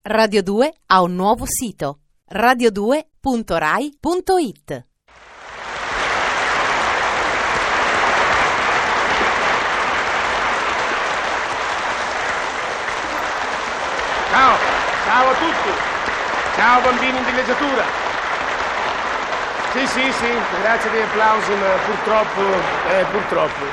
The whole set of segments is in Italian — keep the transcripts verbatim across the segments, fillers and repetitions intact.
Radio due ha un nuovo sito: radio due punto rai punto it. Ciao, ciao a tutti. Ciao bambini in villeggiatura. Sì, sì, sì, grazie degli applausi, ma purtroppo, eh, purtroppo.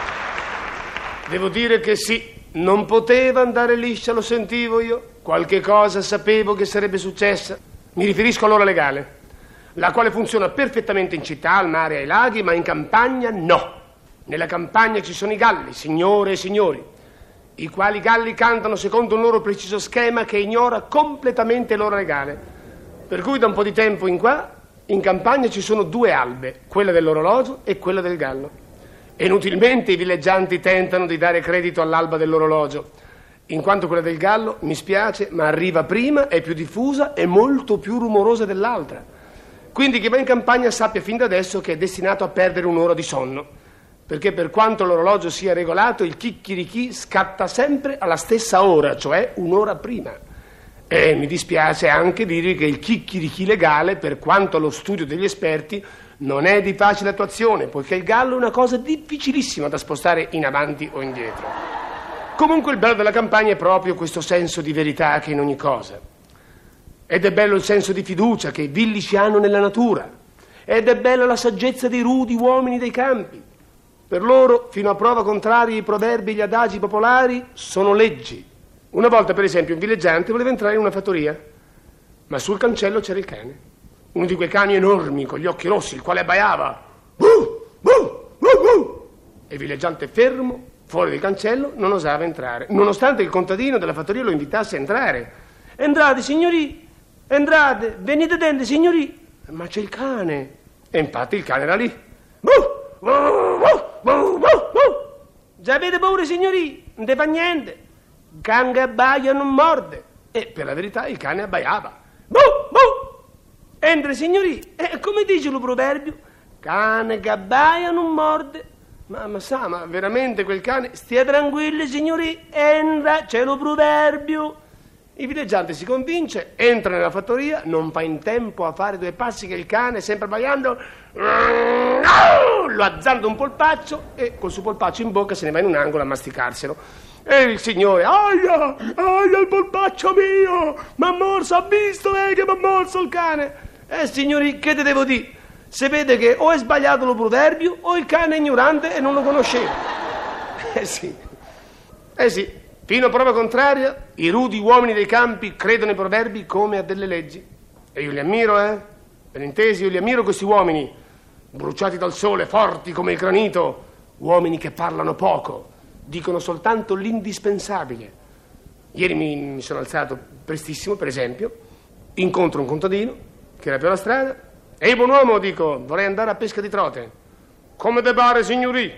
Devo dire che sì, non poteva andare liscia, lo sentivo io. Qualche cosa sapevo che sarebbe successa. Mi riferisco all'ora legale, la quale funziona perfettamente in città, al mare e ai laghi, ma in campagna no. Nella campagna ci sono i galli, signore e signori, i quali galli cantano secondo un loro preciso schema che ignora completamente l'ora legale. Per cui da un po' di tempo in qua, in campagna ci sono due albe, quella dell'orologio e quella del gallo. E inutilmente i villeggianti tentano di dare credito all'alba dell'orologio, in quanto quella del gallo, mi spiace, ma arriva prima, è più diffusa e molto più rumorosa dell'altra. Quindi chi va in campagna sappia fin da adesso che è destinato a perdere un'ora di sonno, perché per quanto l'orologio sia regolato, il chicchirichì scatta sempre alla stessa ora, cioè un'ora prima. E mi dispiace anche dirvi che il chicchirichì legale, per quanto allo studio degli esperti, non è di facile attuazione, poiché il gallo è una cosa difficilissima da spostare in avanti o indietro. Comunque il bello della campagna è proprio questo senso di verità che in ogni cosa. Ed è bello il senso di fiducia che i villici hanno nella natura. Ed è bella la saggezza dei rudi uomini dei campi. Per loro, fino a prova contraria, i proverbi e gli adagi popolari sono leggi. Una volta, per esempio, un villeggiante voleva entrare in una fattoria, ma sul cancello c'era il cane. Uno di quei cani enormi, con gli occhi rossi, il quale abbaiava. Buh, buh, buh, buh. E il villeggiante fermo, fuori del cancello, non osava entrare, nonostante il contadino della fattoria lo invitasse a entrare. Entrate, signori, entrate, venite dentro, signori. Ma c'è il cane. E infatti il cane era lì. Buh, buh, buh, buh, buh, buh. Già avete paura, signori? Non te fa niente. Il cane che abbaia non morde. E per la verità il cane abbaiava. Buh, buh. Entra, signori. E come dice lo proverbio? Cane che abbaia non morde. Ma, ma sa, ma veramente quel cane... Stia tranquilli, signori, entra, c'è lo proverbio. Il villeggiante si convince, entra nella fattoria, non fa in tempo a fare due passi che il cane, sempre abbaiando, lo azzarda un polpaccio e col suo polpaccio in bocca se ne va in un angolo a masticarselo. E il signore, aia, aia il polpaccio mio, m'ha morso, ha visto lei che m'ha morso il cane? Eh, signori, che te devo dire? Se vede che o è sbagliato lo proverbio o il cane è ignorante e non lo conosceva. Eh sì, eh sì, fino a prova contraria, i rudi uomini dei campi credono ai proverbi come a delle leggi. E io li ammiro, eh? Per intesi, io li ammiro questi uomini, bruciati dal sole, forti come il granito, uomini che parlano poco, dicono soltanto l'indispensabile. Ieri mi, mi sono alzato prestissimo, per esempio, incontro un contadino che era per la strada. Ehi, buon uomo, dico, vorrei andare a pesca di trote. Come te pare, signori?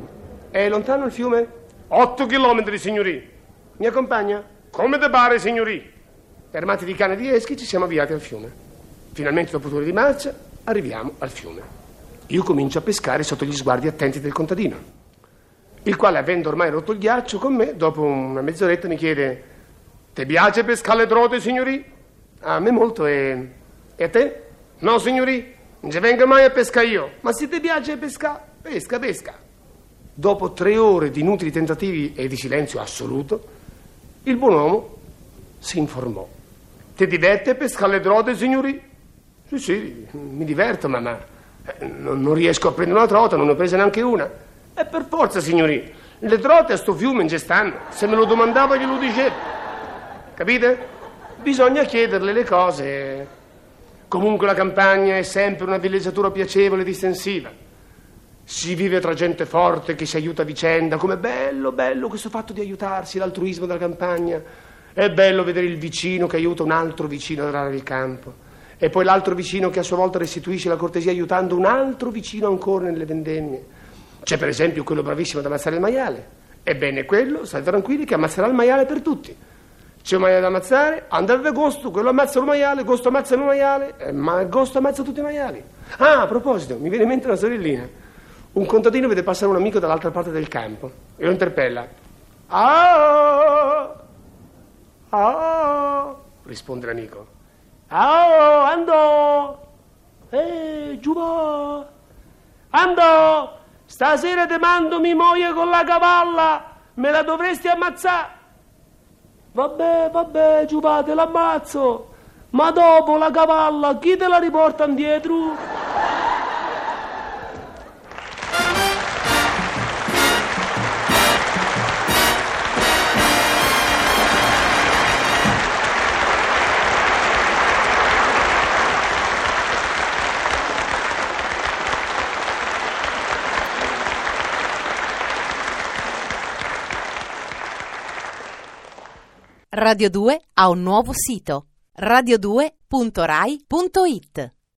È lontano il fiume? Otto chilometri, signori. Mi accompagna? Come te pare, signori? Armati di canne di eschi ci siamo avviati al fiume. Finalmente, dopo due ore di marcia, arriviamo al fiume. Io comincio a pescare sotto gli sguardi attenti del contadino, il quale, avendo ormai rotto il ghiaccio con me, dopo una mezz'oretta mi chiede: «Ti piace pescare le trote, signori?» «A me molto, e... e a te?» «No, signori, non ci vengo mai a pescare io». «Ma se ti piace pescare, pesca, pesca». Dopo tre ore di inutili tentativi e di silenzio assoluto, il buon uomo si informò: «Ti diverte pescare le trote, signori?» «Sì, sì, mi diverto, ma, ma eh, non, non riesco a prendere una trota, non ne ho presa neanche una». «E per forza, signori, le trote a sto fiume non ci stanno, se me lo domandava glielo dicevo». Capite? Bisogna chiederle le cose. Comunque la campagna è sempre una villeggiatura piacevole e distensiva. Si vive tra gente forte che si aiuta a vicenda. Com'è bello, bello questo fatto di aiutarsi, l'altruismo della campagna. È bello vedere il vicino che aiuta un altro vicino ad arare il campo. E poi l'altro vicino che a sua volta restituisce la cortesia aiutando un altro vicino ancora nelle vendemmie. C'è per esempio quello bravissimo ad ammazzare il maiale. Ebbene quello, state tranquilli, che ammazzerà il maiale per tutti. C'è un maiale da ammazzare, andate da Gosto, quello ammazza un maiale, Gosto ammazza un maiale, eh, ma Gosto ammazza tutti i maiali. Ah, a proposito, mi viene in mente una storiellina. Un contadino vede passare un amico dall'altra parte del campo e lo interpella. Ah, ah, risponde l'amico. Oh, Andò! Eh, Giuvà! Andò! Stasera ti mando mi moglie con la cavalla! Me la dovresti ammazzare! Vabbè, vabbè, Giuvà, te l'ammazzo! Ma dopo la cavalla, chi te la riporta indietro? Radio due ha un nuovo sito, radio due punto rai punto it.